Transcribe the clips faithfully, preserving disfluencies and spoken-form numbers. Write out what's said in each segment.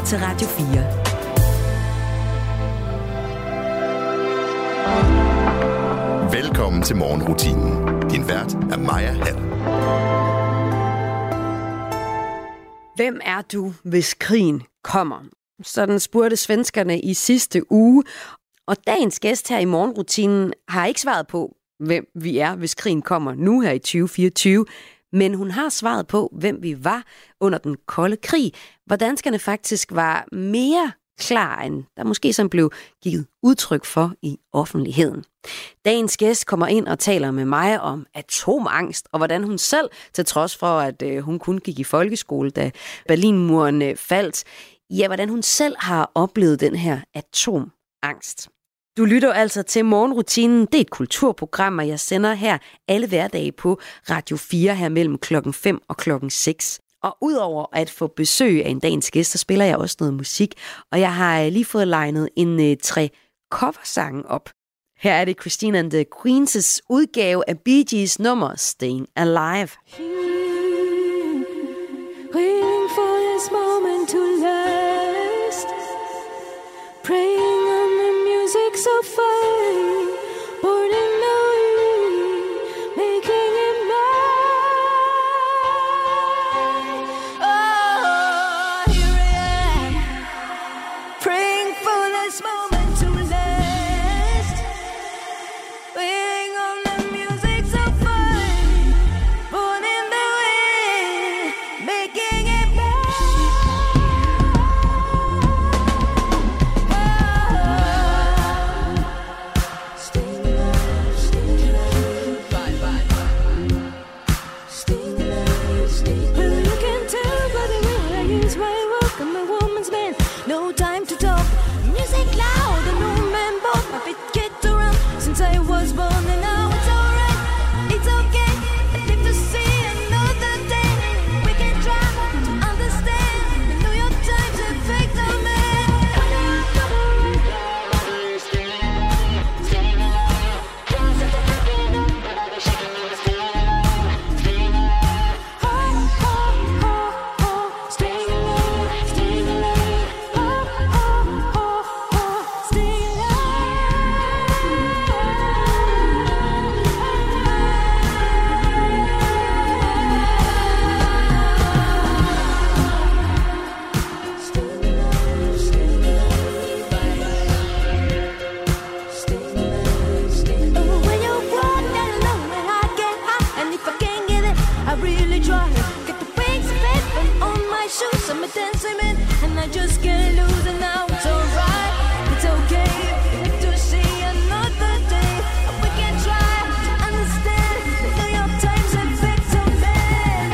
lytter til Radio fire. Velkommen til morgenrutinen. Din vært er Maja Hall. Hvem er du, hvis krigen kommer? Sådan spurgte svenskerne i sidste uge. Og dagens gæst her i morgenrutinen har ikke svaret på, hvem vi er, hvis krigen kommer nu her i tyve fireogtyve. Men hun har svaret på, hvem vi var under den kolde krig. Hvor danskerne faktisk var mere klar, end der måske som blev givet udtryk for i offentligheden. Dagens gæst kommer ind og taler med mig om atomangst, og hvordan hun selv, til trods for at øh, hun kun gik i folkeskole, da Berlinmuren øh, faldt, ja, hvordan hun selv har oplevet den her atomangst. Du lytter altså til morgenrutinen. Det er et kulturprogram, og jeg sender her alle hverdage på Radio fire her mellem klokken fem og klokken seks. Og udover at få besøg af en dagens gæst, så spiller jeg også noget musik. Og jeg har lige fået legnet en uh, tre coversange op. Her er det Christine and the Queens' udgave af Bee Gees' nummer Staying Alive. Waiting for this moment to last. Praying on the music so fine. Born in the wind, making it mine. Oh, here I am. Praying for this moment to last. Waiting on the music so fine. Born in the wind, making it mine. Staying alive, staying alive. Bye, bye, bye. Staying alive, staying alive. Well, you can tell by the way I use my walk. I'm a woman's man, no time to talk. Music loud and no man bought my feet get around since I was born, and now it's alright, it's okay. I live to see another day. We can try to understand. I know your times affect our man. Oh, oh, oh, oh, staying alive, staying alive. Oh, oh, oh, oh, staying I'm a dancing man, and I just can't lose, and now it's alright, it's okay. Live to see another day. We can try to understand. I know your times affect some man.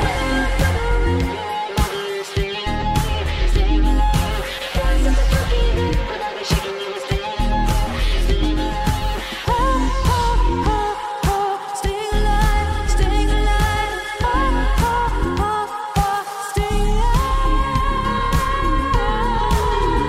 Oh, oh, oh, oh, staying alive, staying alive. Oh, oh, oh, oh, staying alive.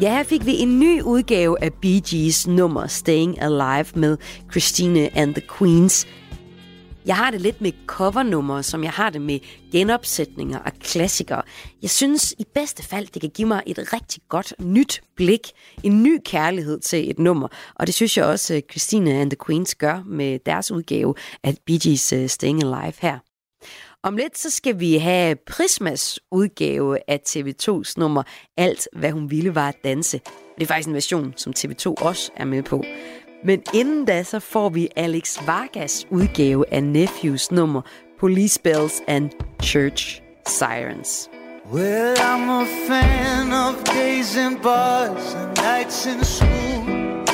Ja, her fik vi en ny udgave af Bee Gees nummer Staying Alive med Christina and the Queens. Jeg har det lidt med covernummer, som jeg har det med genopsætninger og klassikere. Jeg synes i bedste fald, det kan give mig et rigtig godt nyt blik, en ny kærlighed til et nummer. Og det synes jeg også, Christina and the Queens gør med deres udgave af Bee Gees' Staying Alive her. Om lidt så skal vi have Prismas udgave af T V to's nummer Alt, hvad hun ville var at danse. Det er faktisk en version, som T V to også er med på. Men inden da, så får vi Alex Vargas udgave af Nephews nummer Police Bells and Church Sirens. Well, I'm a fan of days in bars and nights in school,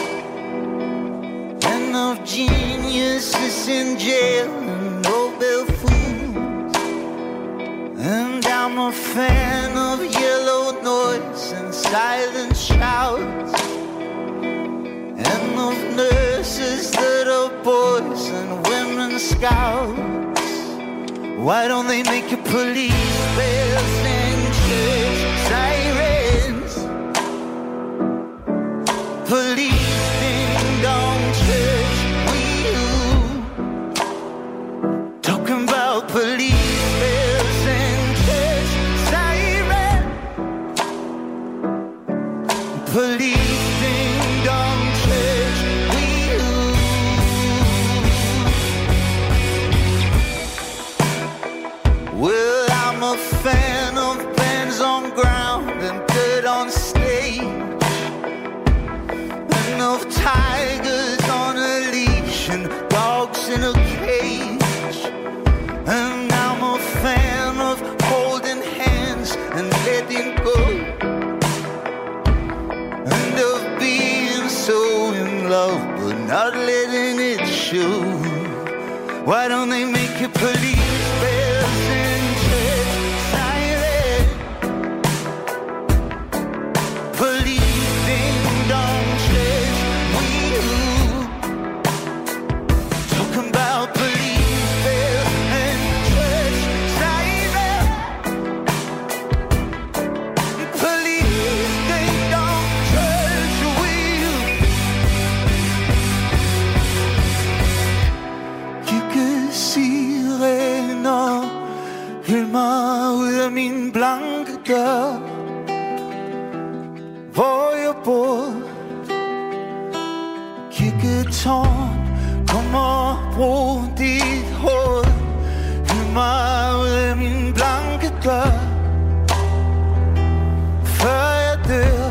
and of geniuses in jail and Nobel fools. And I'm a fan of yellow noise and silent shouts, and of nurses that are boys and women scouts. Why don't they make a police bells and church sirens? Police ding dong church wheel. Talking about police bells and church sirens. Police ding dong church wheel. Well, I'm a fan of bands on ground and dirt on stage, and of tigers on a leash and dogs in a cage. And I'm a fan of holding hands and letting go, and of being so in love but not letting it show. Why don't they make it police bells and church sirens? Police ding dong church wheel. Talking about police bells and church sirens. Police ding dong church wheel. Kigge sirener, hyld mig ud af min blanke dør, hvor jeg bor. Kirketårn, kom og brug dit hoved. Hyld mig ud af min blanke dør, før jeg dør.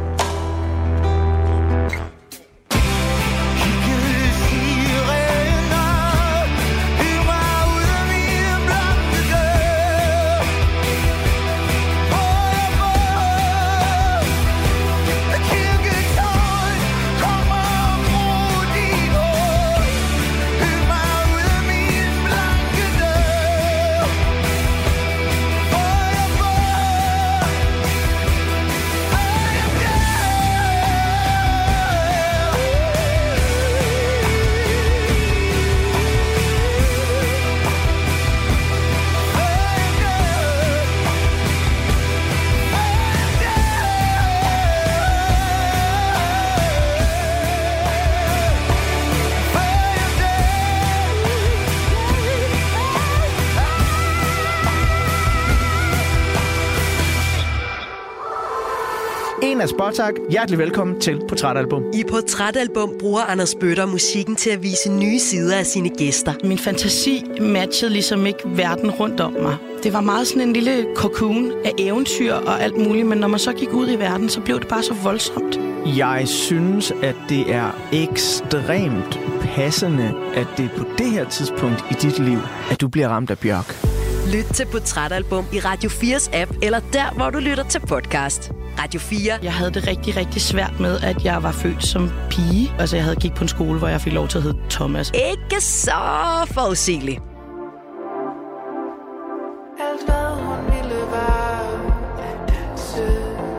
En af Spotak. Hjertelig velkommen til Portrætalbum. I Portrætalbum bruger Anders Bøtter musikken til at vise nye sider af sine gæster. Min fantasi matchede ligesom ikke verden rundt om mig. Det var meget sådan en lille cocoon af eventyr og alt muligt, men når man så gik ud i verden, så blev det bare så voldsomt. Jeg synes, at det er ekstremt passende, at det er på det her tidspunkt i dit liv, at du bliver ramt af Bjørk. Lyt til Portrætalbum i Radio fires app, eller der, hvor du lytter til podcast. Radio fire. Jeg havde det rigtig, rigtig svært med, at jeg var født som pige. Altså, jeg havde gik på en skole, hvor jeg fik lov til at hedde Thomas. Ikke så forudsigeligt. Alt hvad hun ville var at danse.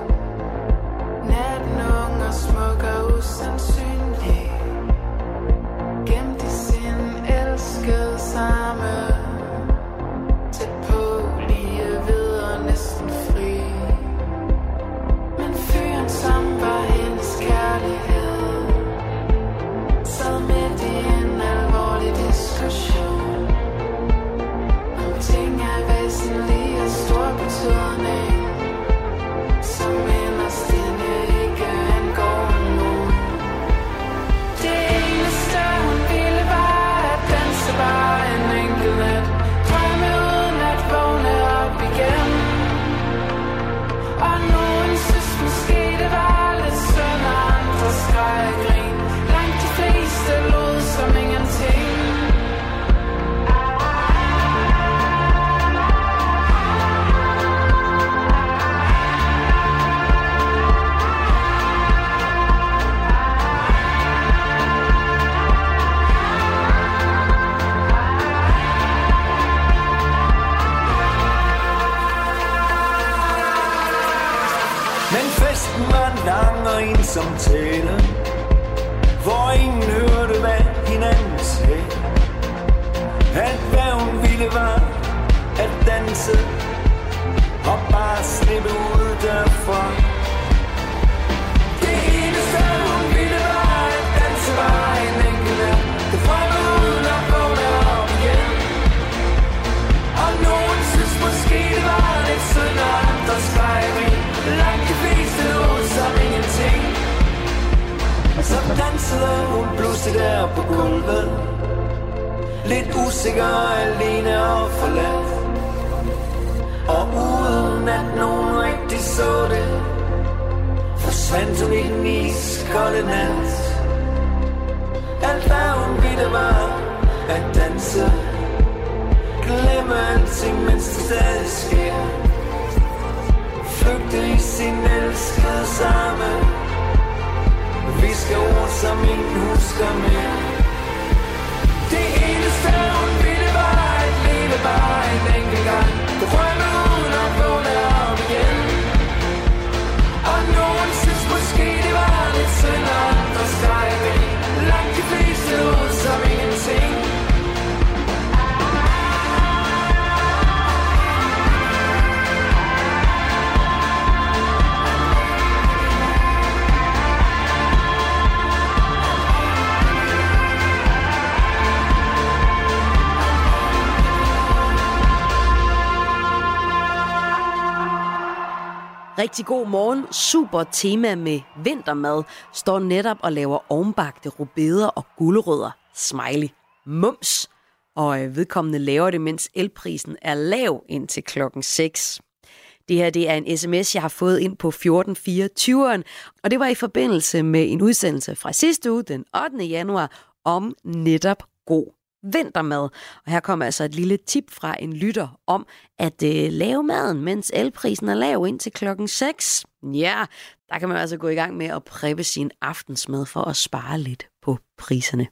Natten ung og smuk og usandsynlig. Gemt i sin elskede samme. Tæt på, lige ved og næsten fri. Men fyren som klang og ensom tale, hvor ingen hørte, hvad hinanden sagde. Alt hvad hun ville var at danse og bare slippe ud derfra. Det eneste hun ville var at danse, var en enkelt nat. Det fremme uden at vågne op igen. Og nogen synes måske det var lidt synd, og andre skreg vi. Langt de fleste lå som ingenting. Så dansede hun pludselig der på gulvet, lidt usikker, alene og forladt. Og uden at nogen rigtig så det, forsvandt hun i den iskolde nat. Alt hvad hun ville var at danse, glemme alting, mens det stadig sker. Flygte i sin elskede samme, visker ord som ingen husker mere. Det eneste hun ville var at leve bare en enkelt gang. Det drømme uden at vågne op igen. Og nogen synes måske det var lidt synd, og andre skreg væk. Langt de fleste ud som ingenting. Rigtig god morgen. Super tema med vintermad. Står netop og laver ovenbagte rødbeder og gulerødder. Smiley. Mums. Og vedkommende laver det, mens elprisen er lav indtil klokken seks. Det her det er en sms, jeg har fået ind på fjorten fireogtyve, og det var i forbindelse med en udsendelse fra sidste uge, den ottende januar, om netop god vintermad. Og her kommer altså et lille tip fra en lytter om at øh, lave maden, mens elprisen er lav indtil klokken seks. Ja, der kan man altså gå i gang med at preppe sin aftensmad for at spare lidt på priserne.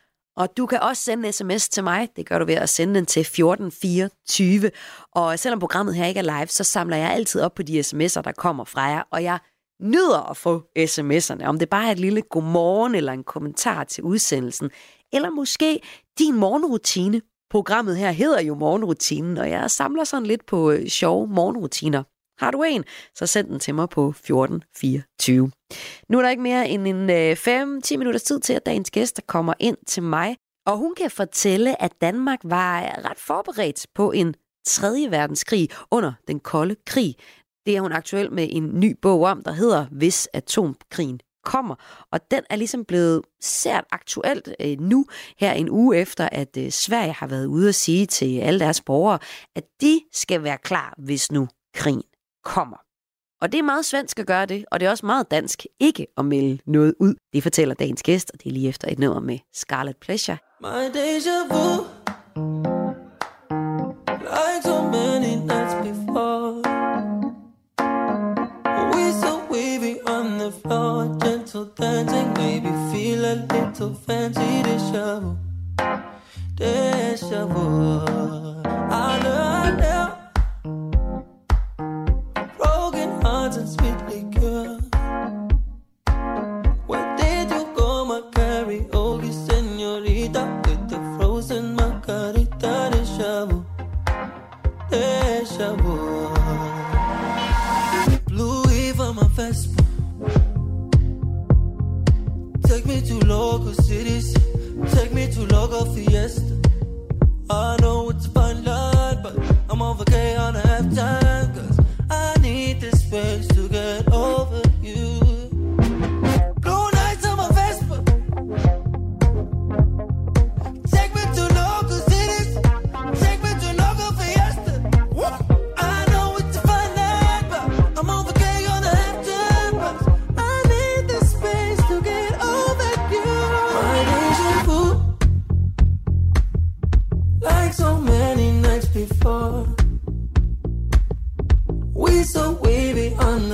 Og du kan også sende en sms til mig. Det gør du ved at sende den til fjorten fireogtyve. Og selvom programmet her ikke er live, så samler jeg altid op på de sms'er, der kommer fra jer. Og jeg nyder at få sms'erne. Om det bare er et lille godmorgen eller en kommentar til udsendelsen. Eller måske din morgenrutine. Programmet her hedder jo Morgenrutinen, og jeg samler sådan lidt på øh, sjove morgenrutiner. Har du en, så send den til mig på fjorten fireogtyve. Nu er der ikke mere end en øh, fem til ti minutters tid til, at dagens gæster kommer ind til mig. Og hun kan fortælle, at Danmark var ret forberedt på en tredje verdenskrig under den kolde krig. Det er hun aktuel med en ny bog om, der hedder Hvis atomkrigen kommer, og den er ligesom blevet sært aktuelt øh, nu, her en uge efter, at øh, Sverige har været ude at sige til alle deres borgere, at de skal være klar, hvis nu krigen kommer. Og det er meget svensk at gøre det, og det er også meget dansk ikke at melde noget ud. Det fortæller dagens gæst, og det er lige efter et nummer med Scarlet Pleasure. My deja vu, like so many nights before. We so wavy on the floor, gentle dancing, maybe feel a little fancy. Deja vu, deja vu. I know, I know. Broken hearts and sweet liquor. Where did you go, my karaoke señorita, with the frozen margarita? Deja vu, deja vu. Blue Eve on my Vespa, take me to local cities, take me to local fiesta. I know it's fun, Lord, but I'm over gay on a half time, cause I need this space to get over you. Blue nights on my Vespa, take me to local cities, take me to local fiesta. I know it's a fun night, but I'm over gay on a half time, cause I need this space to get over you. My deja vu, like so many nights before. We so wavy on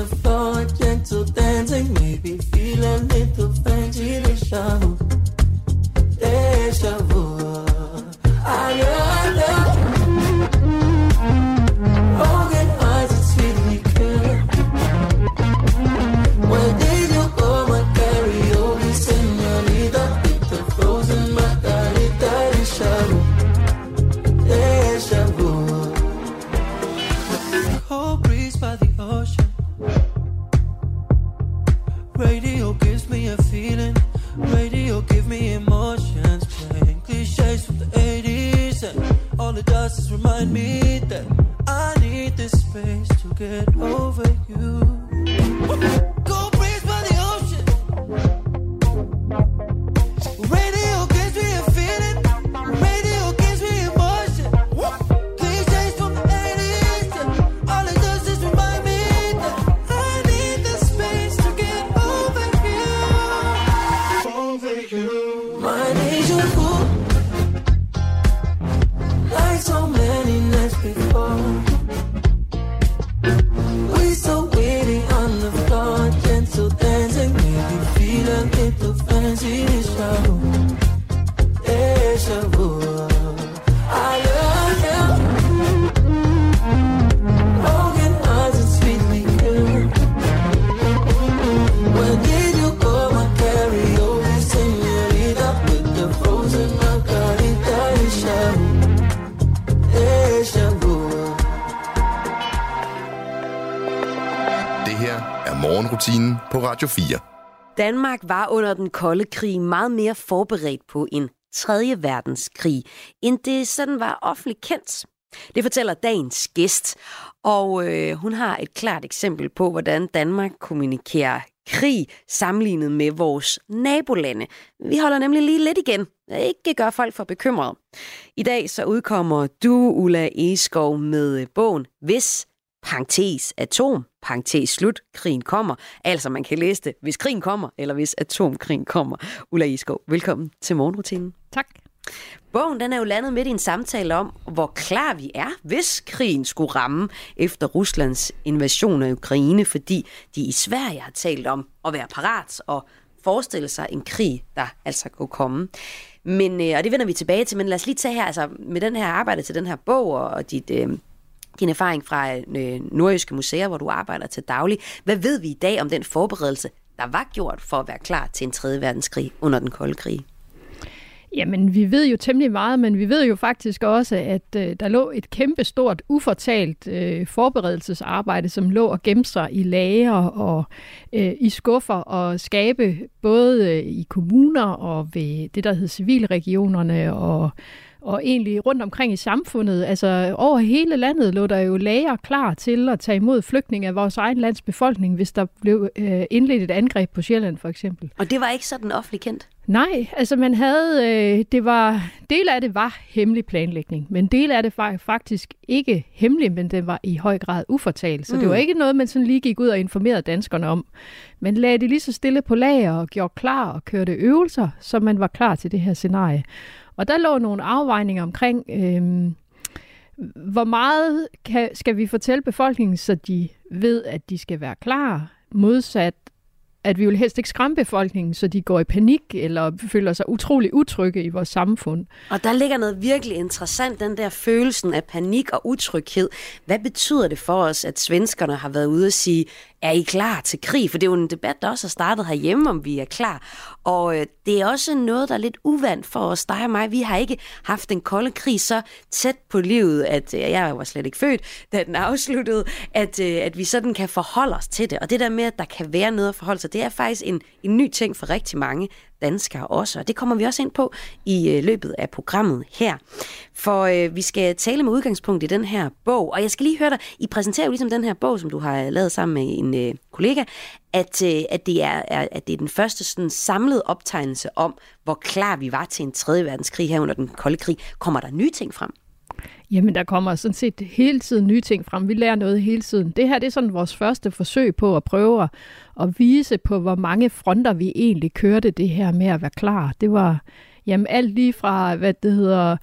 you. Go breeze by the ocean. Radio gives me a feeling. Radio gives me emotion. Cliches from the eighties. All it does is remind me that I need the space to get over you. Over you. My deja vu. Like so many nights before. We so waiting on the floor, gentle dancing, make me feel a little fancy show. Deja vu, I love you. Broken hearts and sweetly good. Where did you go, my karaoke señorita, with the frozen margarita show? Deja vu. Det her er morgenrutinen på Radio fire. Danmark var under den kolde krig meget mere forberedt på en tredje verdenskrig, end det sådan var offentligt kendt. Det fortæller dagens gæst, og øh, hun har et klart eksempel på, hvordan Danmark kommunikerer krig sammenlignet med vores nabolande. Vi holder nemlig lige lidt igen. Ikke gør folk for bekymrede. I dag så udkommer du, Ulla Egeskov, med bogen Hvis parentes atom, parentes slut, krigen kommer. Altså man kan læse det, hvis krigen kommer, eller hvis atomkrigen kommer. Ulla Egeskov, velkommen til morgenrutinen. Tak. Bogen den er jo landet midt i en samtale om, hvor klar vi er, hvis krigen skulle ramme efter Ruslands invasion af Ukraine, fordi de i Sverige har talt om at være parat og forestille sig en krig, der altså kunne komme. Men, og det vender vi tilbage til, men lad os lige tage her, altså med den her arbejde til den her bog og dit... Øh, din erfaring fra øh, Nordjyske Museer, hvor du arbejder til daglig. Hvad ved vi i dag om den forberedelse, der var gjort for at være klar til en tredje verdenskrig under den kolde krig? Jamen, vi ved jo temmelig meget, men vi ved jo faktisk også, at øh, der lå et kæmpestort, ufortalt øh, forberedelsesarbejde, som lå og gemte sig i lager og øh, i skuffer og skabe, både øh, i kommuner og ved det, der hed civilregionerne og Og egentlig rundt omkring i samfundet, altså over hele landet, lå der jo lager klar til at tage imod flygtninge af vores egen lands befolkning, hvis der blev øh, indledt et angreb på Sjælland for eksempel. Og det var ikke sådan offentligt kendt? Nej, altså man havde, øh, det var, del af det var hemmelig planlægning, men del af det var faktisk ikke hemmelig, men det var i høj grad ufortalt. Så mm. det var ikke noget, man sådan lige gik ud og informerede danskerne om. Man lagde det lige så stille på lager og gjorde klar og kørte øvelser, så man var klar til det her scenarie. Og der lå nogle afvejninger omkring, øh, hvor meget kan, skal vi fortælle befolkningen, så de ved, at de skal være klar, modsat at vi vil helst ikke skræmme befolkningen, så de går i panik eller føler sig utrolig utrygge i vores samfund. Og der ligger noget virkelig interessant, den der følelsen af panik og utryghed. Hvad betyder det for os, at svenskerne har været ude og sige, er I klar til krig? For det er jo en debat, der også har startet herhjemme, om vi er klar. Og øh, det er også noget, der er lidt uvandt for os, dig og mig. Vi har ikke haft den kolde krig så tæt på livet, at øh, jeg var slet ikke født, da den afsluttede, at, øh, at vi sådan kan forholde os til det. Og det der med, at der kan være noget at forholde sig, det er faktisk en, en ny ting for rigtig mange danskere også. Og det kommer vi også ind på i øh, løbet af programmet her. For øh, vi skal tale med udgangspunkt i den her bog. Og jeg skal lige høre dig, I præsenterer jo ligesom den her bog, som du har lavet sammen med en øh, kollega, at, øh, at, det er, er, at det er den første sådan samlede optegnelse om, hvor klar vi var til en tredje verdenskrig her under den kolde krig. Kommer der nye ting frem? Jamen, der kommer sådan set hele tiden nye ting frem. Vi lærer noget hele tiden. Det her det er sådan vores første forsøg på at prøve at, at vise på, hvor mange fronter vi egentlig kørte det her med at være klar. Det var jamen, alt lige fra, hvad det hedder,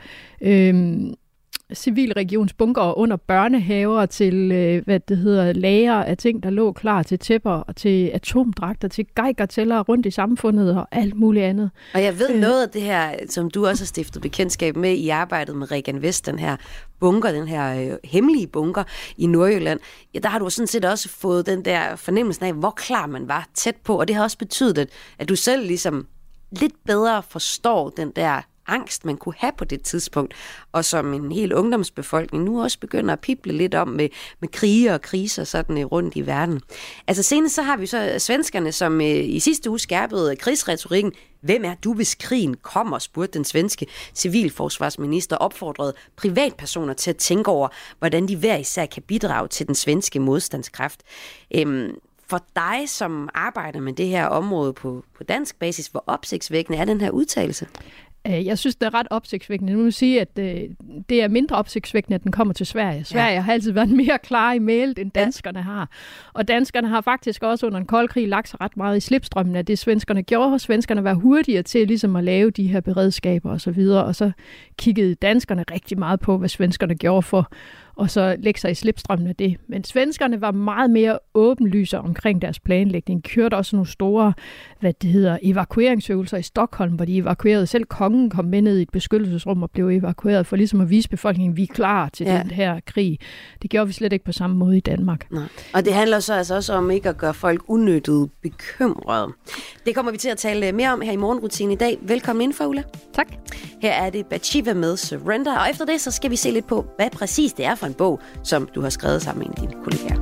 øhm, civilregionsbunker under børnehaver til, øh, hvad det hedder, lager af ting, der lå klar til tæpper og til atomdragter, til geigertællere rundt i samfundet og alt muligt andet. Og jeg ved øh. noget af det her, som du også har stiftet bekendtskab med i arbejdet med Regan Vest, den her bunker, den her øh, hemmelige bunker i Nordjylland. Ja, der har du sådan set også fået den der fornemmelse af, hvor klar man var tæt på, og det har også betydet, at, at du selv ligesom lidt bedre forstår den der angst, man kunne have på det tidspunkt, og som en hel ungdomsbefolkning nu også begynder at pible lidt om med, med krige og kriser sådan rundt i verden. Altså senest så har vi så svenskerne, som i sidste uge skærpede krigsretorikken. Hvem er du, hvis krigen kommer, spurgte den svenske civilforsvarsminister, opfordrede privatpersoner til at tænke over, hvordan de hver især kan bidrage til den svenske modstandskraft. Øhm, for dig, som arbejder med det her område på, på dansk basis, hvor opsigtsvækkende er den her udtalelse? Jeg synes, det er ret opsigtsvækkende. Nu vil jeg sige, at det er mindre opsigtsvækkende, at den kommer til Sverige. Sverige ja. har altid været mere klar i mailet, end danskerne har. Og danskerne har faktisk også under en kold krig lagt sig ret meget i slipstrømmen af det, svenskerne gjorde. Svenskerne var hurtigere til ligesom at lave de her beredskaber og så videre. Og så kiggede danskerne rigtig meget på, hvad svenskerne gjorde for og så lægge sig i slipstrømmen af det. Men svenskerne var meget mere åbenlyse omkring deres planlægning. Kørte også nogle store, hvad det hedder, evakueringsøvelser i Stockholm, hvor de evakuerede. Selv kongen kom med ned i et beskyttelsesrum og blev evakueret for ligesom at vise befolkningen, at vi er klar til ja. den her krig. Det gjorde vi slet ikke på samme måde i Danmark. Nej. Og det handler så altså også om ikke at gøre folk unødigt bekymrede. Det kommer vi til at tale mere om her i morgenrutinen i dag. Velkommen indenfor, Ulla. Tak. Her er det Bachiva med Surrender, og efter det så skal vi se lidt på, hvad præcis det er for en bog, som du har skrevet sammen med en af dine kollegaer.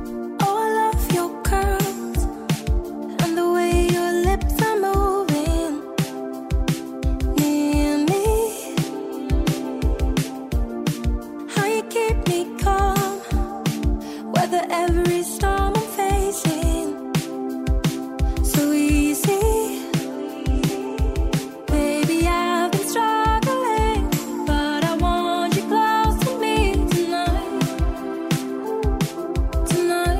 Tonight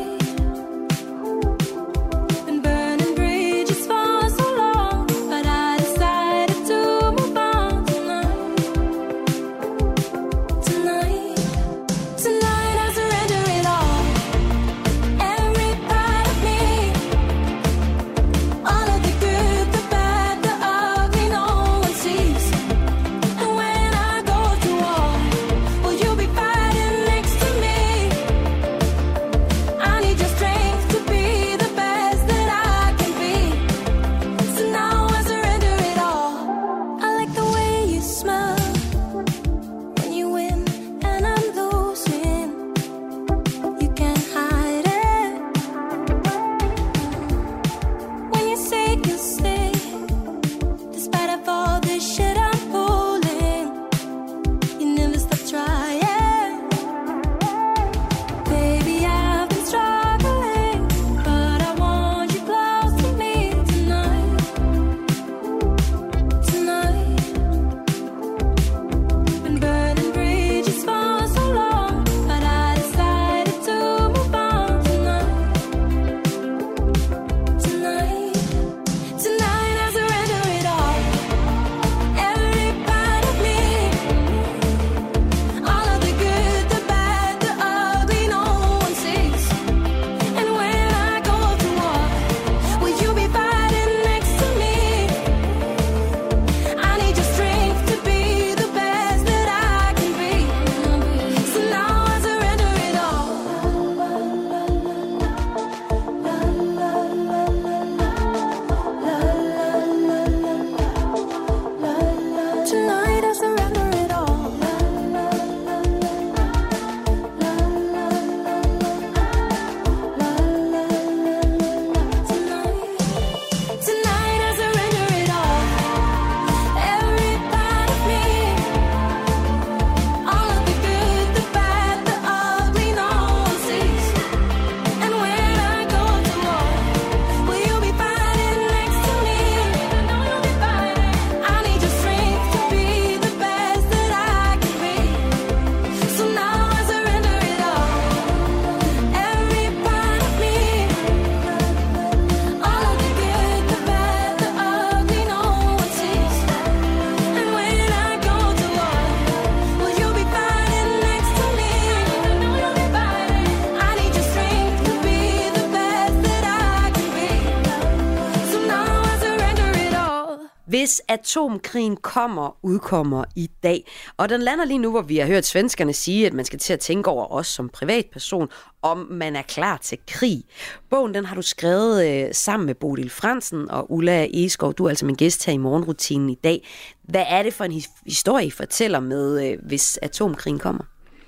Hvis atomkrigen kommer, udkommer i dag, og den lander lige nu, hvor vi har hørt svenskerne sige, at man skal til at tænke over os som privatperson, om man er klar til krig. Bogen, den har du skrevet øh, sammen med Bodil Fransen og Ulla Egeskov. Du er altså min gæst her i morgenrutinen i dag. Hvad er det for en historie, I fortæller med, øh, hvis atomkrigen kommer?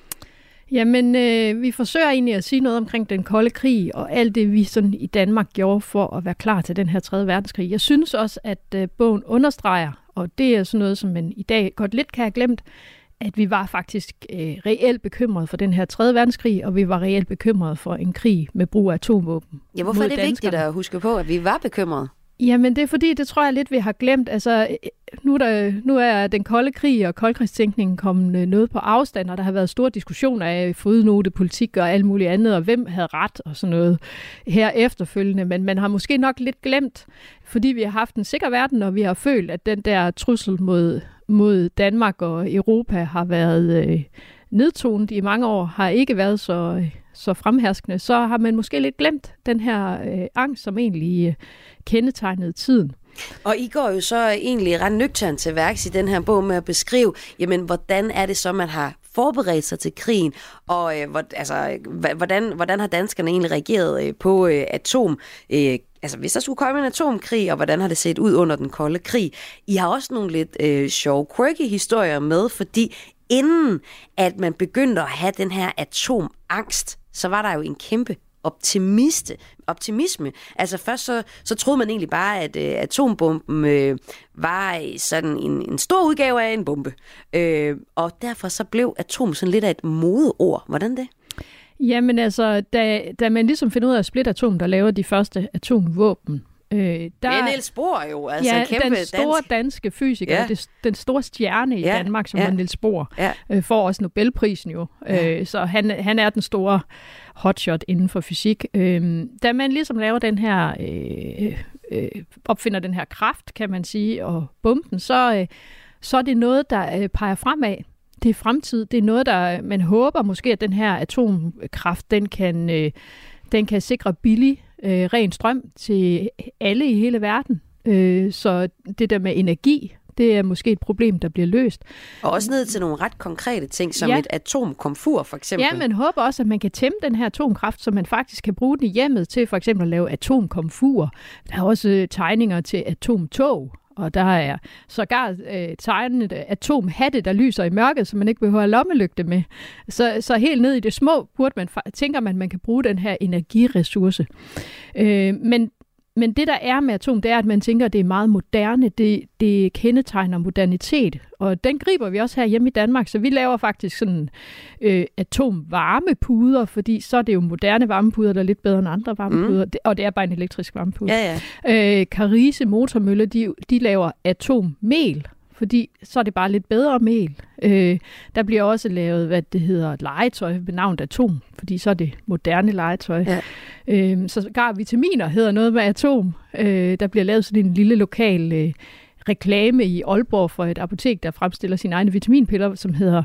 Jamen, øh, vi forsøger egentlig at sige noget omkring den kolde krig, og alt det, vi sådan i Danmark gjorde for at være klar til den her tredje verdenskrig. Jeg synes også, at øh, bogen understreger, og det er sådan noget, som man i dag godt lidt kan have glemt, at vi var faktisk øh, reelt bekymrede for den her tredje verdenskrig, og vi var reelt bekymrede for en krig med brug af atomvåben. Ja, hvorfor er det vigtigt at huske på, at vi var bekymrede? Jamen, det er fordi, det tror jeg lidt, vi har glemt. Altså, nu, der, nu er den kolde krig og koldkrigstænkningen kommet noget på afstand, og der har været store diskussioner af fodnotepolitik og alt muligt andet, og hvem havde ret og sådan noget her efterfølgende. Men man har måske nok lidt glemt, fordi vi har haft en sikker verden, og vi har følt, at den der trussel mod, mod Danmark og Europa har været øh, nedtonet i mange år, har ikke været så... Øh, så fremherskende, så har man måske lidt glemt den her øh, angst, som egentlig øh, kendetegnede tiden. Og I går jo så egentlig ret nøgternt til værks i den her bog med at beskrive, jamen, hvordan er det så, man har forberedt sig til krigen, og øh, hvor, altså, hvordan, hvordan har danskerne egentlig reageret øh, på øh, atom, øh, altså hvis der skulle komme en atomkrig, og hvordan har det set ud under den kolde krig. I har også nogle lidt øh, sjove, quirky historier med, fordi inden at man begyndte at have den her atomangst, så var der jo en kæmpe optimiste, optimisme. Altså først så, så troede man egentlig bare, at øh, atombomben øh, var sådan en, en stor udgave af en bombe. Øh, og derfor så blev atom sådan lidt af et modeord. Hvordan det? Jamen altså, da, da man ligesom finder ud af at splitte atom, der laver de første atomvåben, Øh, der, men Niels Bohr jo, altså ja, kæmpe den store dansk. danske fysiker, Ja. det, den store stjerne i Ja, Danmark, som ja. var Niels Bohr, Ja. øh, får også Nobelprisen jo. Ja. Øh, så han, han er den store hotshot inden for fysik. Øh, da man ligesom laver den her, øh, øh, opfinder den her kraft, kan man sige, og bomben, så, øh, så er det noget, der øh, peger fremad. Det er fremtid. Det er noget, der man håber måske, at den her atomkraft, den kan, øh, den kan sikre billig Øh, ren strøm til alle i hele verden. Øh, så det der med energi, det er måske et problem, der bliver løst. Og også ned til nogle ret konkrete ting, som Ja. et atomkomfur for eksempel. Ja, man håber også, at man kan tæmme den her atomkraft, så man faktisk kan bruge den i hjemmet til for eksempel at lave atomkomfur. Der er også øh, tegninger til atomtog. Og der er sågar øh, tegnet atomhatte, der lyser i mørket, så man ikke behøver lommelygte med. Så, så helt ned i det små burde man, tænker man, man kan bruge den her energiressource. Øh, men, men det, der er med atom, det er, at man tænker, at det er meget moderne. Det, det kendetegner modernitet. Og den griber vi også her hjemme i Danmark, så vi laver faktisk sådan øh, atomvarmepuder, fordi så er det jo moderne varmepuder, der er lidt bedre end andre varmepuder, mm. og det er bare en elektrisk varmepude. Ja, ja. Øh, Carise Motormølle, de, de laver atommel, fordi så er det bare lidt bedre mel. Øh, der bliver også lavet, hvad det hedder, legetøj ved navnet atom, fordi så er det moderne legetøj. Ja. Øh, så gar vitaminer hedder noget med atom. Øh, der bliver lavet sådan en lille lokal øh, reklame i Aalborg for et apotek, der fremstiller sine egne vitaminpiller, som hedder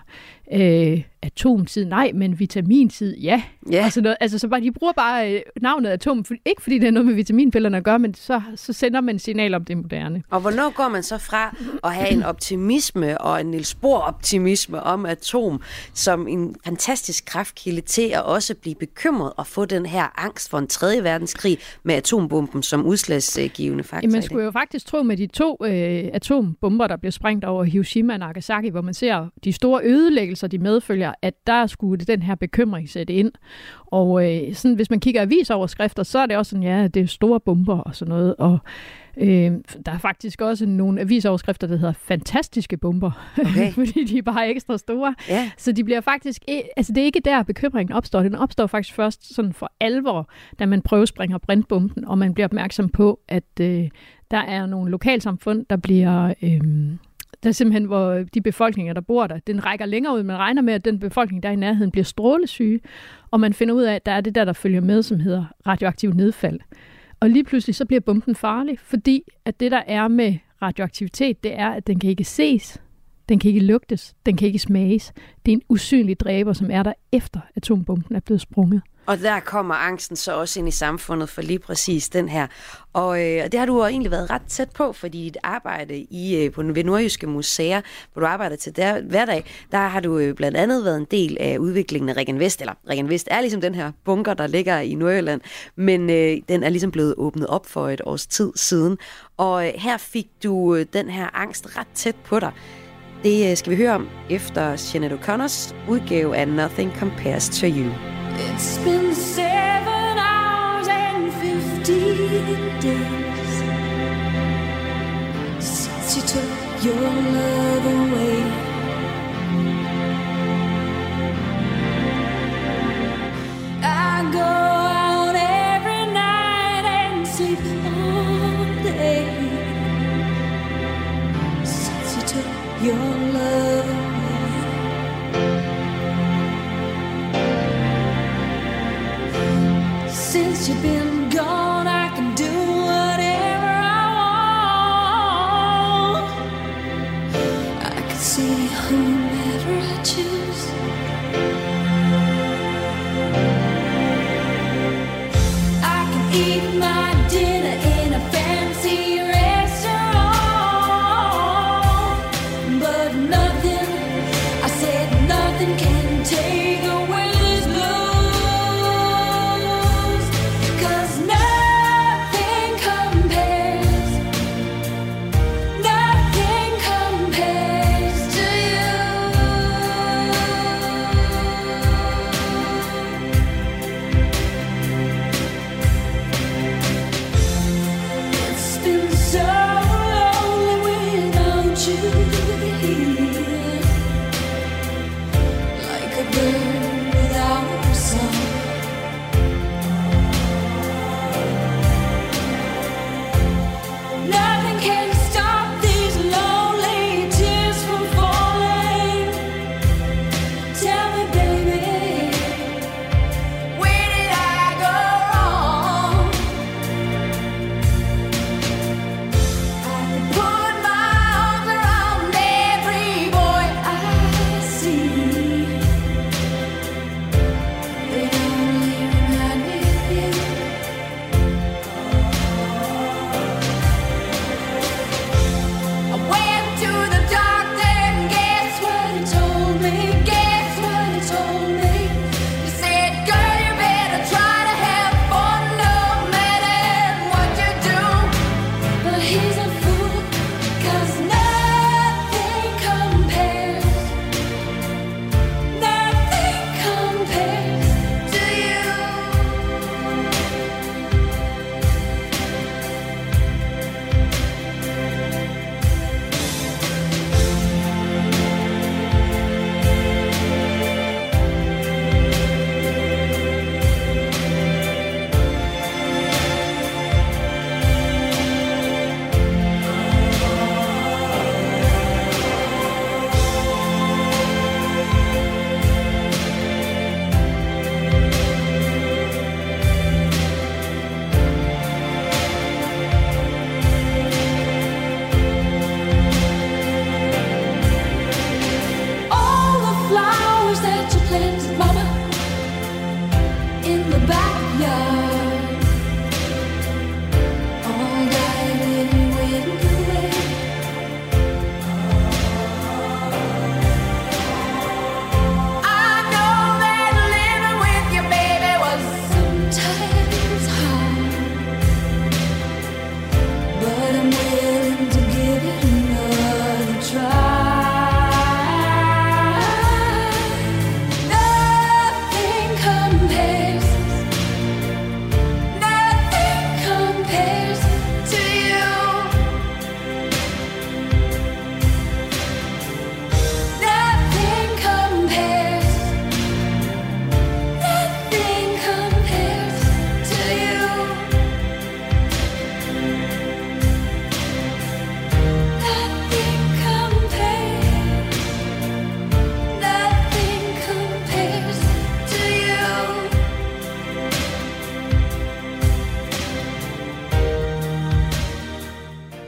øh, atomtid, nej, men vitamintid, ja. Ja. Altså, noget, altså så bare, de bruger bare øh, navnet atom, for, ikke fordi det er noget med vitaminpillerne at gøre, men så, så sender man en signal om det moderne. Og hvornår går man så fra at have en optimisme og en Niels Bohr-optimisme om atom som en fantastisk kraftkilde til at også blive bekymret og få den her angst for en tredje verdenskrig med atombomben som udslagsgivende faktor? Man skulle jo faktisk tro med de to øh, atombomber, der blev sprængt over Hiroshima og Nagasaki, hvor man ser de store ødelæggelser, de medfølger, at der skulle den her bekymring sætte ind. Og øh, sådan, hvis man kigger avisoverskrifter, så er det også sådan, ja, det er store bomber og sådan noget. Og øh, der er faktisk også nogle avisoverskrifter, der hedder fantastiske bomber, Okay. fordi de er bare ekstra store. Ja. Så de bliver faktisk, altså det er ikke der, bekymringen opstår. Den opstår faktisk først sådan for alvor, da man prøvespringer brintbomben, og man bliver opmærksom på, at øh, der er nogle lokalsamfund, der bliver... Øh, Der er simpelthen, hvor de befolkninger, der bor der, den rækker længere ud. Man regner med, at den befolkning, der er i nærheden, bliver strålesyge. Og man finder ud af, at der er det der, der følger med, som hedder radioaktiv nedfald. Og lige pludselig så bliver bomben farlig, fordi at det, der er med radioaktivitet, det er, at den kan ikke ses, den kan ikke lugtes, den kan ikke smages. Det er en usynlig dræber, som er der efter atombomben er blevet sprunget. Og der kommer angsten så også ind i samfundet for lige præcis den her. Og, øh, og det har du egentlig været ret tæt på, fordi dit arbejde i, øh, på ved Nordjyske Museer, hvor du arbejder til der, hverdag, der har du øh, blandt andet været en del af udviklingen af Regen Vest. Eller Regen Vest er ligesom den her bunker, der ligger i Nordjylland, men øh, den er ligesom blevet åbnet op for et års tid siden. Og øh, her fik du øh, den her angst ret tæt på dig. Det øh, skal vi høre om efter Sinead O'Connors udgave af Nothing Compares to You. It's been seven hours and fifteen days since you took your love away. I go out every night and sleep all day since you took your love away. Since you've been gone, I can do whatever I want. I can see whomever I choose. I can eat my dinner in a fancy restaurant, but nothing, I said nothing can take away this blues.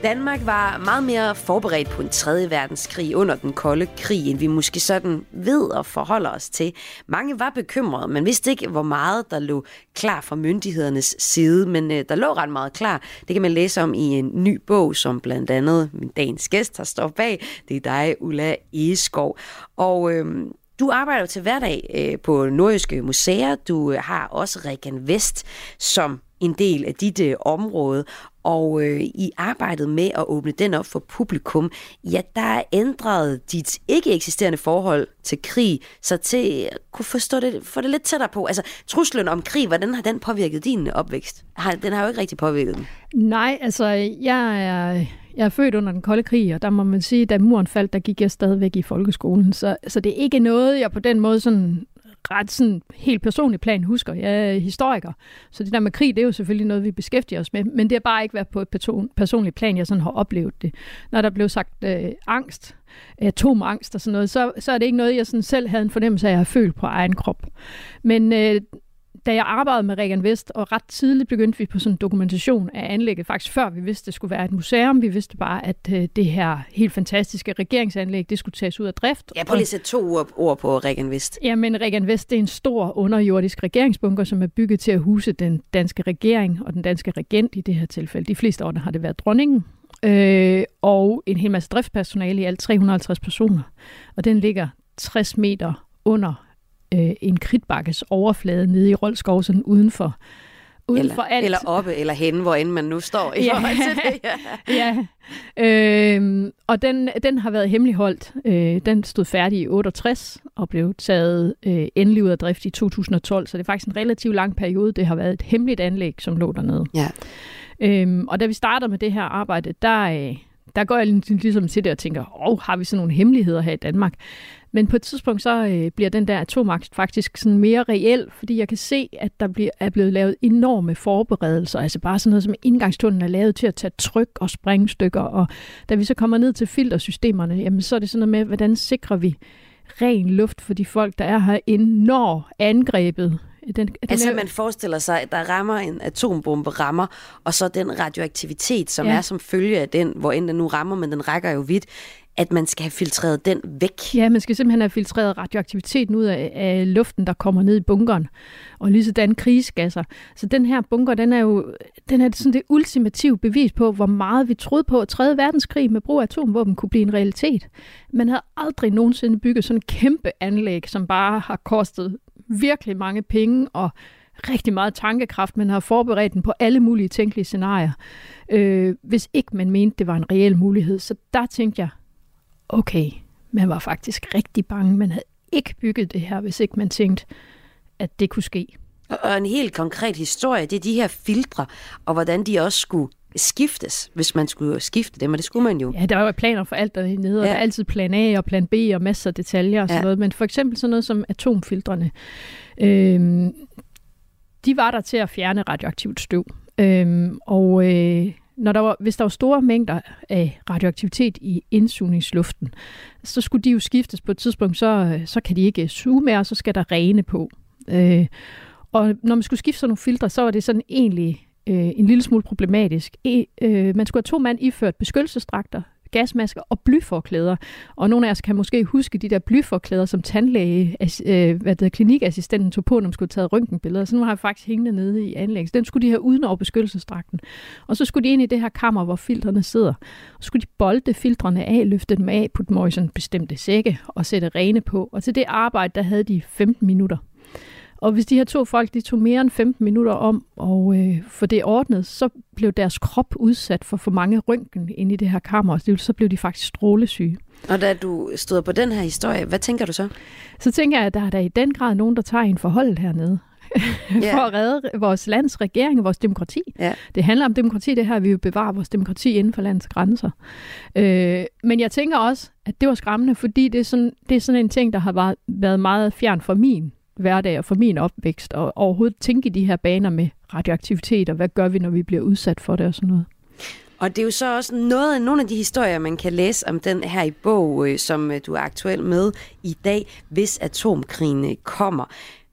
Danmark var meget mere forberedt på en tredje verdenskrig under den kolde krig, end vi måske sådan ved og forholder os til. Mange var bekymrede, men vidste ikke, hvor meget der lå klar fra myndighedernes side, men øh, der lå ret meget klar. Det kan man læse om i en ny bog, som blandt andet min dagens gæst har stået bag. Det er dig, Ulla Egeskov. Og øh, du arbejder jo til hverdag øh, på Nordjyske Museer. Du øh, har også Regan Vest som en del af dit øh, område, og øh, i arbejdet med at åbne den op for publikum, ja, der er ændret dit ikke eksisterende forhold til krig, så til at kunne forstå det, få det lidt tættere på. Altså, truslen om krig, hvordan har den påvirket din opvækst? Den har jo ikke rigtig påvirket den. Nej, altså, jeg er, jeg er født under den kolde krig, og der må man sige, da muren faldt, der gik jeg stadigvæk i folkeskolen, så, så det er ikke noget, jeg på den måde sådan ret sådan helt personlig plan husker. Jeg er historiker, så det der med krig, det er jo selvfølgelig noget, vi beskæftiger os med, men det har bare ikke været på et person, personligt plan, jeg sådan har oplevet det. Når der blev sagt øh, angst, atomangst og sådan noget, så, så er det ikke noget, jeg sådan selv havde en fornemmelse af, at jeg har følt på egen krop. Men øh, da jeg arbejdede med Regan Vest, og ret tidligt begyndte vi på sådan en dokumentation af anlægget, faktisk før vi vidste, det skulle være et museum. Vi vidste bare, at øh, det her helt fantastiske regeringsanlæg, det skulle tages ud af drift. Ja, prøv lige at sætte to ord på Regan Vest. Jamen, Regan Vest, det er en stor underjordisk regeringsbunker, som er bygget til at huse den danske regering og den danske regent i det her tilfælde. De fleste år har det været dronningen. Øh, og en hel masse driftspersonale i alt tre hundrede og halvtreds personer. Og den ligger tres meter under en kridtbakkes overflade nede i Roldskov, sådan udenfor, udenfor eller, alt. Eller oppe, eller henne, hvor end man nu står i ja. forhold til det. Ja, ja. Øhm, og den, den har været hemmeligholdt. Øh, den stod færdig i otteogtres og blev taget øh, endelig ud af drift i to tusind og tolv, så det er faktisk en relativt lang periode. Det har været et hemmeligt anlæg, som lå dernede. Ja. Øhm, og da vi starter med det her arbejde, der, øh, der går jeg ligesom til det og tænker, åh, har vi sådan nogle hemmeligheder her i Danmark? Men på et tidspunkt, så øh, bliver den der atomakt faktisk sådan mere reel, fordi jeg kan se, at der bliver, er blevet lavet enorme forberedelser. Altså bare sådan noget som indgangstunnelen er lavet til at tage tryk og sprængstykker. Og da vi så kommer ned til filtersystemerne, jamen, så er det sådan noget med, hvordan sikrer vi ren luft for de folk, der er herinde, når angrebet. Den, den altså er... man forestiller sig, at der rammer en atombombe rammer, og så den radioaktivitet, som ja. er som følge af den, hvor end den nu rammer, men den rækker jo vidt, at man skal have filtreret den væk. Ja, man skal simpelthen have filtreret radioaktiviteten ud af, af luften, der kommer ned i bunkeren, og lige sådan krigsgasser. Så den her bunker, den er jo den er sådan det ultimative bevis på, hvor meget vi troede på, at tredje verdenskrig med brug af atomvåben kunne blive en realitet. Man havde aldrig nogensinde bygget sådan en kæmpe anlæg, som bare har kostet virkelig mange penge og rigtig meget tankekraft. Man har forberedt den på alle mulige tænkelige scenarier, øh, hvis ikke man mente, det var en reel mulighed. Så der tænkte jeg, okay, man var faktisk rigtig bange. Man havde ikke bygget det her, hvis ikke man tænkte, at det kunne ske. Og en helt konkret historie, det er de her filtre, og hvordan de også skulle skiftes, hvis man skulle skifte dem, og det skulle man jo. Ja, der var jo planer for alt dernede, og ja. Der er altid plan A og plan B og masser af detaljer og sådan ja. noget, men for eksempel sådan noget som atomfiltrene, øhm, de var der til at fjerne radioaktivt støv, øhm, og øh, når der var, hvis der var store mængder af radioaktivitet i indsugningsluften, så skulle de jo skiftes på et tidspunkt, så, så kan de ikke suge mere, og så skal der rene på. Øh, og når man skulle skifte sådan nogle filtre, så var det sådan egentlig øh, en lille smule problematisk. E, øh, man skulle have to mand iført beskyttelsesdragter, gasmasker og blyforklæder. Og nogle af os kan måske huske de der blyforklæder, som tandlæge, øh, hvad det hedder, klinikassistenten tog på, når man skulle have taget røntgenbilleder. Så nu har jeg faktisk hængende nede i anlægget. Den skulle de have uden over beskyttelsesdragten. Og så skulle de ind i det her kammer, hvor filtrene sidder. Og så skulle de bolde filtrene af, løfte dem af, putte dem i sådan bestemte sække og sætte rene på. Og til det arbejde, der havde de femten minutter. Og hvis de her to folk, de tog mere end femten minutter om og øh, for det ordnet, så blev deres krop udsat for for mange røntgen inde i det her kammer, og så blev de faktisk strålesyge. Og da du stod på den her historie, hvad tænker du så? Så tænker jeg, at der er der i den grad nogen, der tager en forhold hernede. Yeah. For at redde vores lands regering og vores demokrati. Yeah. Det handler om demokrati, det her, vi vil bevare vores demokrati inden for landets grænser. Øh, men jeg tænker også, at det var skræmmende, fordi det er sådan, det er sådan en ting, der har været, været meget fjern fra min hverdag og for min opvækst, og overhovedet tænke i de her baner med radioaktivitet, og hvad gør vi, når vi bliver udsat for det og sådan noget. Og det er jo så også noget, nogle af de historier, man kan læse om den her i bog, som du er aktuel med i dag, hvis atomkrigen kommer.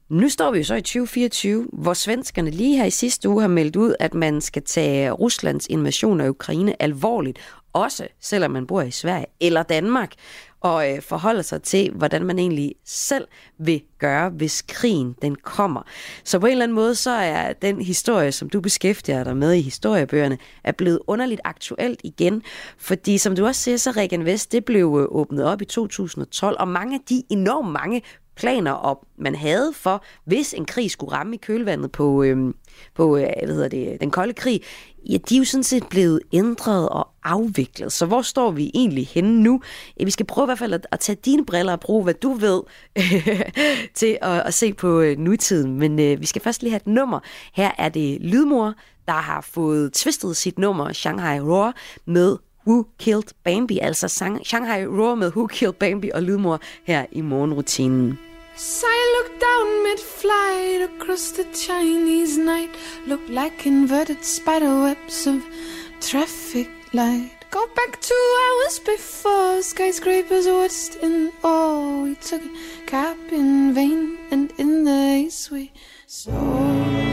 Nu står vi jo så i tyve fireogtyve, hvor svenskerne lige her i sidste uge har meldt ud, at man skal tage Ruslands invasion af Ukraine alvorligt, også selvom man bor i Sverige eller Danmark, og øh, forholder sig til, hvordan man egentlig selv vil gøre, hvis krigen den kommer. Så på en eller anden måde, så er den historie, som du beskæftiger dig med i historiebøgerne, er blevet underligt aktuelt igen. Fordi som du også siger, så Regen Vest, det blev åbnet op i to tusind og tolv, og mange af de enormt mange planer, op, man havde for, hvis en krig skulle ramme i kølvandet på, øhm, på øh, hvad hedder det, den kolde krig, ja, de er jo sådan set blevet ændret og afviklet. Så hvor står vi egentlig henne nu? Ja, vi skal prøve i hvert fald at, at tage dine briller og bruge, hvad du ved, til at, at se på øh, nutiden. Men øh, vi skal først lige have et nummer. Her er det Lydmor, der har fået twistet sit nummer Shanghai Roar med Who Killed Bambi, altså Shanghai Roar med Who Killed Bambi og Lydmor her i morgenrutinen. As I looked down mid-flight across the Chinese night, looked like inverted spider webs of traffic light. Go back to hours before skyscrapers west in awe. We took a cab in vain, and in the haze we saw.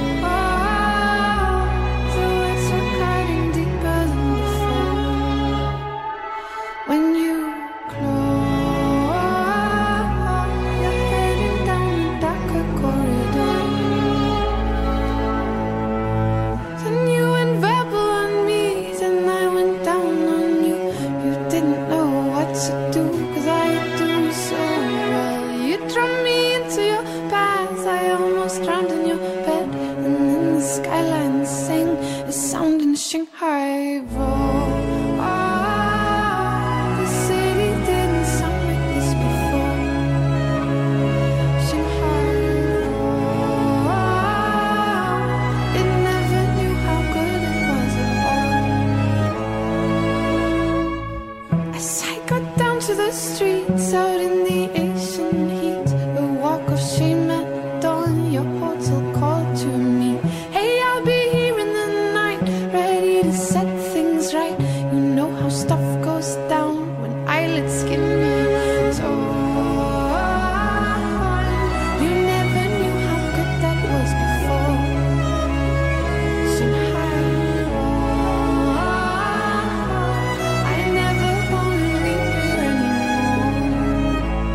Shanghai Roar. Ah, the city didn't sound like this before. Shanghai Roar. It never knew how good it was at all. As I got down to the streets out in the Asian heat, the walk of shame at dawn, your hotel called to me. Hey, I'll be here in the night, ready to set things right. You know how stuff goes down when eyelids skin your torn. You never knew how good that was before. Shanghai Roar. I never wanna leave here anymore.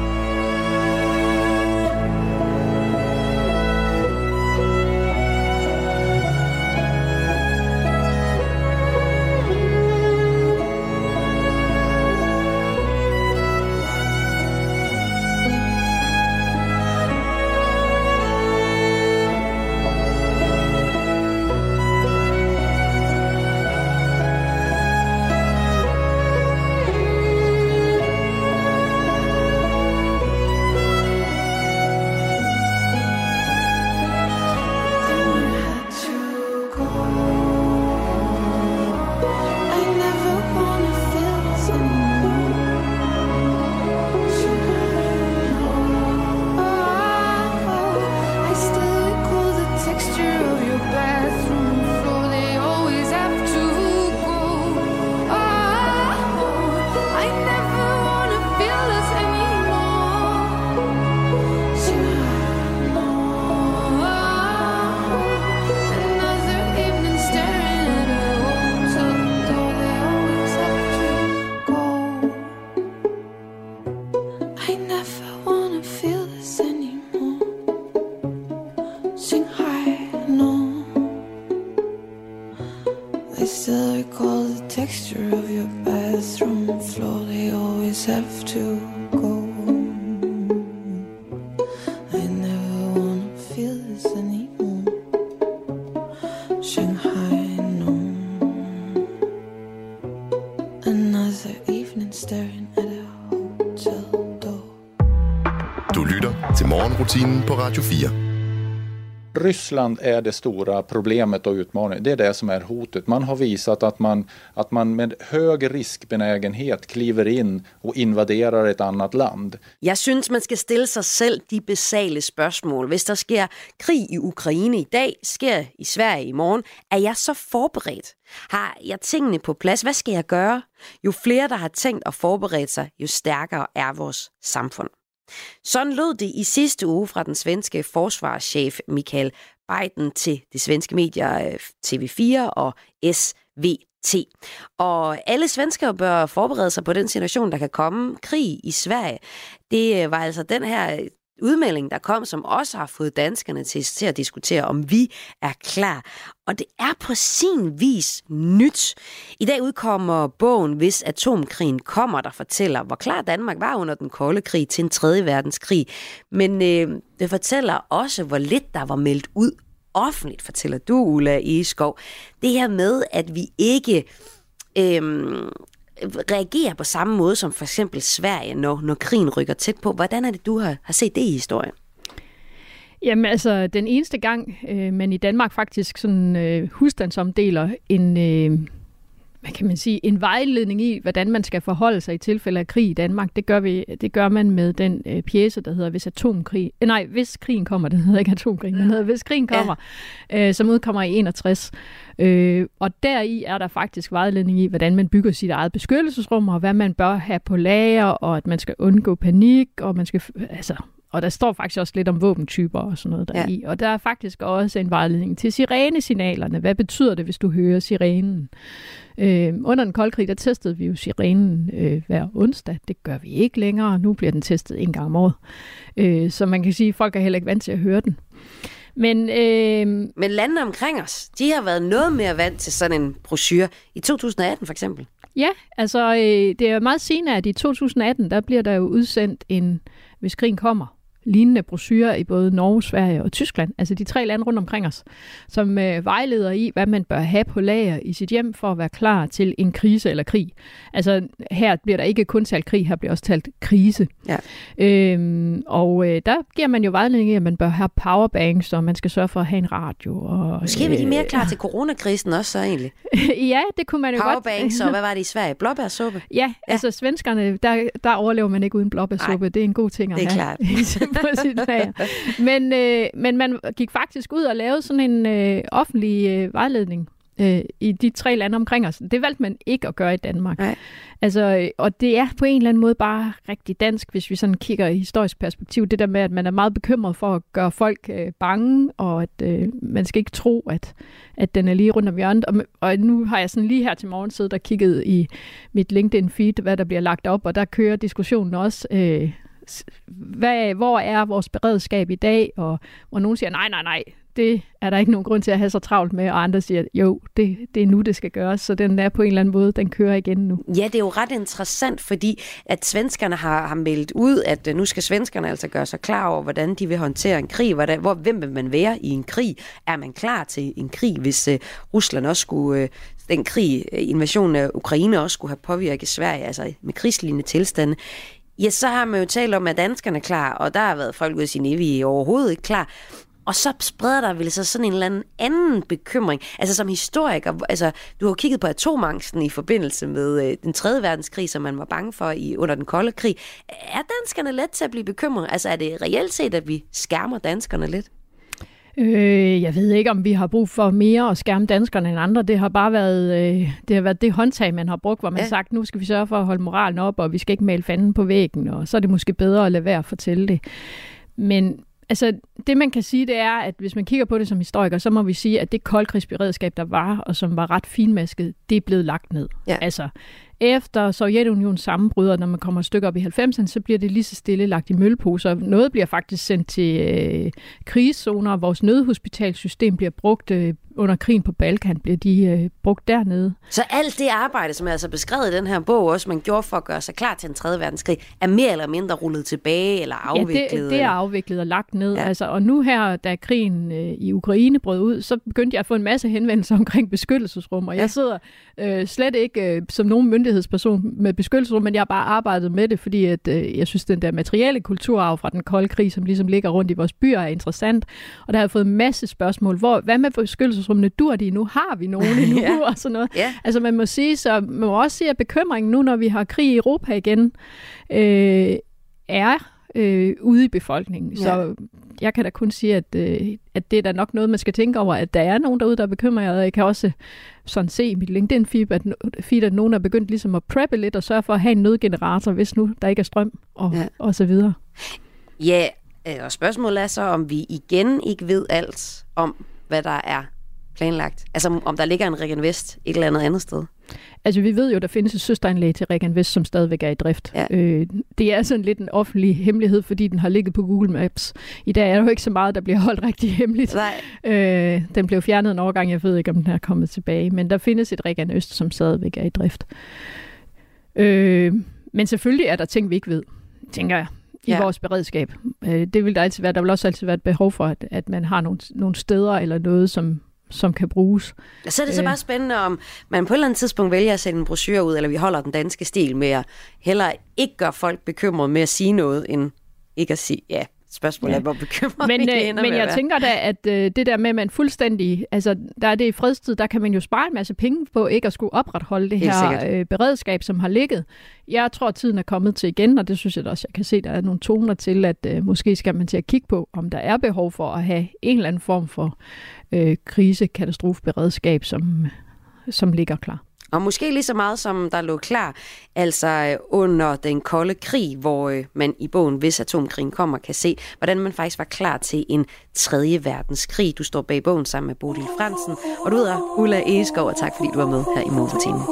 I still recall the texture of your bathroom floor. They always have to go. I never wanna feel this anymore. Shanghai, no. Another evening staring at a hotel door. Du lytter til morgenrutinen på Radio fire. Ryssland är det stora problemet och utmaningen. Det är det som är hotet. Man har visat att man, att man med hög riskbenägenhet kliver in och invaderar ett annat land. Jeg synes, man skal stille sig selv de basale spørgsmål. Hvis der sker krig i Ukraine i dag, sker i Sverige i morgen, er jeg så forberedt? Har jeg tingene på plads? Hvad skal jeg gøre? Jo flere, der har tænkt at forberede sig, jo stærkere er vores samfund. Sådan lød det i sidste uge fra den svenske forsvarschef Michael Biden til de svenske medier T V fire og S V T. Og alle svenskere bør forberede sig på den situation, der kan komme. Krig i Sverige. Det var altså den her udmelding, der kom, som også har fået danskerne til, til at diskutere, om vi er klar. Og det er på sin vis nyt. I dag udkommer bogen, Hvis atomkrigen kommer, der fortæller, hvor klar Danmark var under den kolde krig til en tredje verdenskrig. Men øh, det fortæller også, hvor lidt der var meldt ud offentligt, fortæller du, Ulla Egeskov. Det her med, at vi ikke øhm, reagerer på samme måde som for eksempel Sverige, når, når krigen rykker tæt på. Hvordan er det, du har, har set det i historien? Jamen altså, den eneste gang, øh, man i Danmark faktisk sådan øh, husstandsomdeler en... Øh hvad kan man sige, en vejledning i, hvordan man skal forholde sig i tilfælde af krig i Danmark. Det gør, vi, det gør man med den øh, pjece, der hedder Hvis atomkrig... Eh, nej, Hvis krigen kommer, den hedder ikke atomkrig, den hedder Hvis krigen kommer, ja. øh, som udkommer i enogtres. Øh, og deri er der faktisk vejledning i, hvordan man bygger sit eget beskyttelsesrum, og hvad man bør have på lager, og at man skal undgå panik, og man skal... Altså, og der står faktisk også lidt om våbentyper og sådan noget deri. Ja. Og der er faktisk også en vejledning til sirenesignalerne. Hvad betyder det, hvis du hører sirenen? Øh, under den kolde krig, der testede vi jo sirenen øh, hver onsdag. Det gør vi ikke længere. Nu bliver den testet en gang om året. Øh, så man kan sige, at folk er heller ikke vant til at høre den. Men, øh, Men landene omkring os, de har været noget mere vant til sådan en brochure. I to tusind atten for eksempel. Ja, altså øh, det er meget sigende, at i to tusind atten, der bliver der jo udsendt en, hvis krigen kommer, lignende brochurer i både Norge, Sverige og Tyskland, altså de tre lande rundt omkring os, som øh, vejleder i, hvad man bør have på lager i sit hjem for at være klar til en krise eller krig. Altså her bliver der ikke kun talt krig, her bliver også talt krise. Ja. Øhm, og øh, der giver man jo vejledning i, at man bør have powerbanks, og man skal sørge for at have en radio. Og, Måske er de mere klar til coronakrisen også så egentlig. Ja, det kunne man jo powerbanks, godt. Powerbanks, og hvad var det i Sverige? Blåbærsuppe? Ja, ja, altså svenskerne, der, der overlever man ikke uden blåbærsuppe. Det er en god ting at det er have. Klart. På sit lager. Men, øh, men man gik faktisk ud og lavede sådan en øh, offentlig øh, vejledning øh, i de tre lande omkring os. Det valgte man ikke at gøre i Danmark. Nej. Altså, og det er på en eller anden måde bare rigtig dansk, hvis vi sådan kigger i historisk perspektiv. Det der med, at man er meget bekymret for at gøre folk øh, bange, og at øh, man skal ikke tro, at, at den er lige rundt om hjørnet. Og, og nu har jeg sådan lige her til morgen siddet og kigget i mit LinkedIn-feed, hvad der bliver lagt op, og der kører diskussionen også... Øh, Hvad, hvor er vores beredskab i dag, og hvor nogen siger, nej, nej, nej, det er der ikke nogen grund til at have så travlt med, og andre siger, jo, det, det er nu, det skal gøres, så den er på en eller anden måde, den kører igen nu. Ja, det er jo ret interessant, fordi at svenskerne har, har meldt ud, at nu skal svenskerne altså gøre sig klar over, hvordan de vil håndtere en krig, hvordan, hvor, hvem vil man være i en krig? Er man klar til en krig, hvis uh, Rusland også skulle, uh, den krig, invasionen af Ukraine også skulle have påvirket Sverige, altså med krigslignende tilstande? Ja, så har man jo talt om, at danskerne er klar, og der har været folk ude at sige, at vi er overhovedet ikke klar. Og så spreder der vel så sådan en eller anden anden bekymring. Altså som historiker, altså du har jo kigget på atomangsten i forbindelse med øh, den tredje verdenskrig, som man var bange for i under den kolde krig. Er danskerne let til at blive bekymret? Altså er det reelt set, at vi skærmer danskerne lidt? Øh, jeg ved ikke, om vi har brug for mere at skærme danskerne end andre. Det har bare været, øh, det, har været det håndtag, man har brugt, hvor man ja. har sagt, nu skal vi sørge for at holde moralen op, og vi skal ikke male fanden på væggen, og så er det måske bedre at lade være at fortælle det. Men altså, det man kan sige, det er, at hvis man kigger på det som historiker, så må vi sige, at det koldkrigsberedskab, der var, og som var ret finmasket, det er blevet lagt ned. Ja. Altså, efter Sovjetunionens sammenbrud, når man kommer et stykke op i halvfemserne, så bliver det lige så stille lagt i mølleposer. Noget bliver faktisk sendt til øh, krigszoner. Vores nødhospitalsystem bliver brugt øh, under krigen på Balkan, bliver de øh, brugt dernede. Så alt det arbejde, som er altså beskrevet i den her bog, også man gjorde for at gøre sig klar til en tredje verdenskrig, er mere eller mindre rullet tilbage eller afviklet? Ja, det, det er afviklet og lagt ned. Ja. Altså, og nu her, da krigen øh, i Ukraine brød ud, så begyndte jeg at få en masse henvendelser omkring beskyttelsesrum, og ja. jeg sidder øh, slet ikke øh, som nogen myndighedsperson med beskyttelsesrum, men jeg har bare arbejdet med det, fordi at, øh, jeg synes, den der materielle kulturarv fra den kolde krig, som ligesom ligger rundt i vores byer, er interessant. Og der har jeg fået en masse spørgsmål. Hvor, hvad med beskyttelsesrummene? Dur de nu? Har vi nogen endnu? ja. Og sådan noget. Ja. Altså man må sige, så man må også sige, at bekymringen nu, når vi har krig i Europa igen, øh, er øh, ude i befolkningen. Ja. Så jeg kan da kun sige, at, øh, at det er da nok noget, man skal tænke over, at der er nogen derude, der er bekymret, og jeg kan også sådan se i mit LinkedIn-feed, at, feed, at nogen er begyndt ligesom at preppe lidt og sørge for at have en nødgenerator, hvis nu der ikke er strøm og, ja. og så videre. Ja, og spørgsmålet er så, om vi igen ikke ved alt om, hvad der er planlagt. Altså om der ligger en Region Vest et eller andet andet sted. Altså vi ved jo, der findes et søsteranlæg til Region Vest, som stadigvæk er i drift. Ja. Øh, det er sådan lidt en offentlig hemmelighed, fordi den har ligget på Google Maps. I dag er der jo ikke så meget, der bliver holdt rigtig hemmeligt. Øh, den blev fjernet en overgang, jeg ved ikke, om den er kommet tilbage. Men der findes et Region Øst, som stadigvæk er i drift. Øh, men selvfølgelig er der ting, vi ikke ved, tænker jeg, i ja. vores beredskab. Øh, det vil der altid være. Der vil også altid være et behov for, at, at man har nogle, nogle steder eller noget, som som kan bruges. Så er det så bare spændende, om man på et eller andet tidspunkt vælger at sende en brochure ud, eller vi holder den danske stil med at hellere ikke gøre folk bekymret med at sige noget, end ikke at sige, ja, spørgsmålet ja. er, hvor bekymret men, vi øh, ender Men med jeg at tænker da, at øh, det der med, at man fuldstændig, altså der er det i fredstid, der kan man jo spare en masse penge på ikke at skulle opretholde det Helt her øh, beredskab, som har ligget. Jeg tror, at tiden er kommet til igen, og det synes jeg da også, jeg kan se, der er nogle toner til, at øh, måske skal man til at kigge på, om der er behov for at have en eller anden form for øh, krise-katastrofeberedskab, som, som ligger klar. Og måske lige så meget, som der lå klar, altså under den kolde krig, hvor øh, man i bogen, hvis atomkrigen kommer, kan se, hvordan man faktisk var klar til en tredje verdenskrig. Du står bag bogen sammen med Bodil Fransen, og du hedder Ulla Egeskov, og tak fordi du var med her i Morgenrutinen.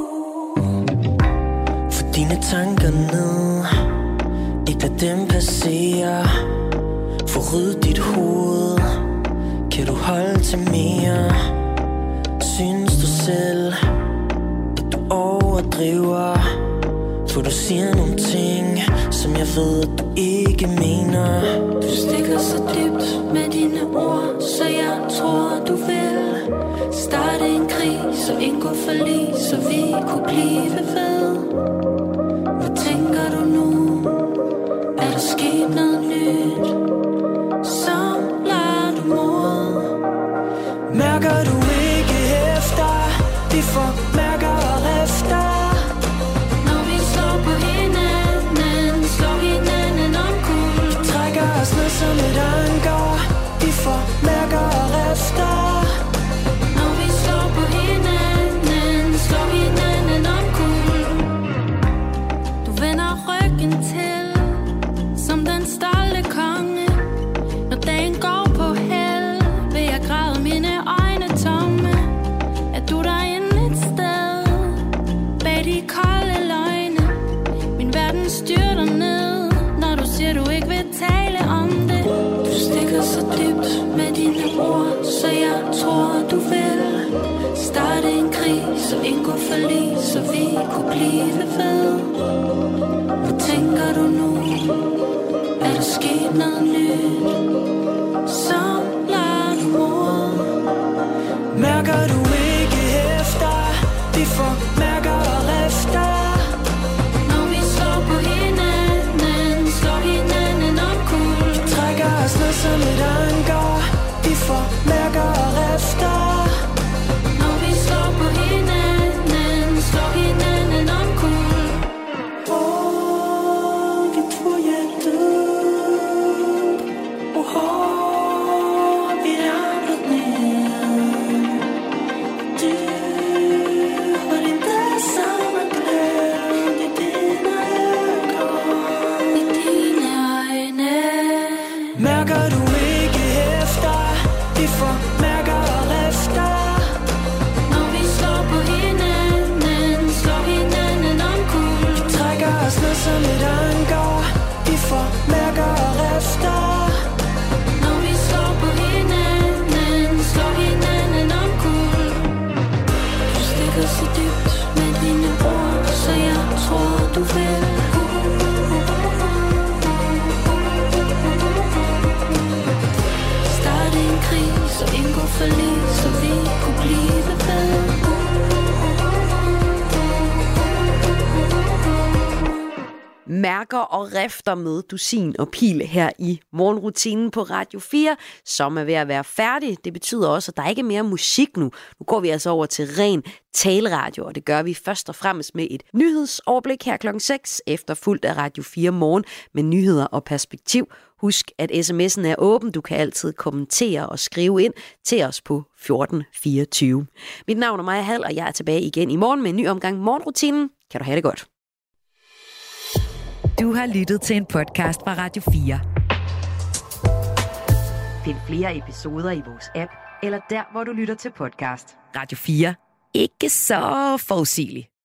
For dine tanker ned, ikke lad dem passere. Forryd dit hoved, kan du holde til mere? Synes du selv, overdriver, for du siger nogle ting, som jeg ved, at du ikke mener. Du stikker så dybt med dine ord, så jeg tror, du vil starte en krig, så indgå forlig, så vi kunne blive ved. Hvad tænker du nu? Er der sket noget nyt? Som lader du mod? Mærker du ikke efter? Vi får mærker og rifter. Når vi slår på hinanden, slår hinanden omkuld. Vi trækker os ned som et anker. Vi får mærker og rifter. Når vi slår på hinanden, slår hinanden omkuld. Du vender ryggen til, som den stolte konge. Når dagen går på held, vil jeg græde mine øjne tomme. Er du derinde? De kolde løgne. Min verden styrter ned, når du siger, du ikke vil tale om det. Du stikker så dybt med dine ord, så jeg tror, du vil starte en krig, så indgå forlig, så vi kunne blive ved. Hvad tænker du nu? Er der sket noget nyt? Som lader du mod? Mærker du ikke efter? Vi får mærker og rifter. Når vi slår på hinanden, slår hinanden omkuld. Vi trækker os ned som et anker. Vi får mærker og rifter. Når vi slår på hinanden, slår hinanden omkuld. Åh, vi tror hjertet. Åh, vi ramler ned. Du mærker du ikke efter? Vi får mærker og rifter. Når vi slår på hinanden, slår hinanden omkuld. Vi trækker os ned som et anker. Vi får mærker og rifter. Når vi slår på hinanden, slår hinanden omkuld. Du stikker så dybt med dine ord, så jeg tror, du vil. Så indgå forlig, så vi kunne blive ved. Mærker og rifter med dusin og pil her i Morgenrutinen på Radio fire, som er ved at være færdig. Det betyder også, at der ikke er mere musik nu. Nu går vi altså over til ren taleradio, og det gør vi først og fremmest med et nyhedsoverblik her klokken seks, efterfulgt af Radio fire Morgen med nyheder og perspektiv. Husk, at sms'en er åben. Du kan altid kommentere og skrive ind til os på fjorten fireogtyve. Mit navn er Maja Hall, og jeg er tilbage igen i morgen med en ny omgang Morgenrutinen. Kan du have det godt. Du har lyttet til en podcast fra Radio fire. Find flere episoder i vores app, eller der, hvor du lytter til podcast. Radio fire. Ikke så forudsigeligt.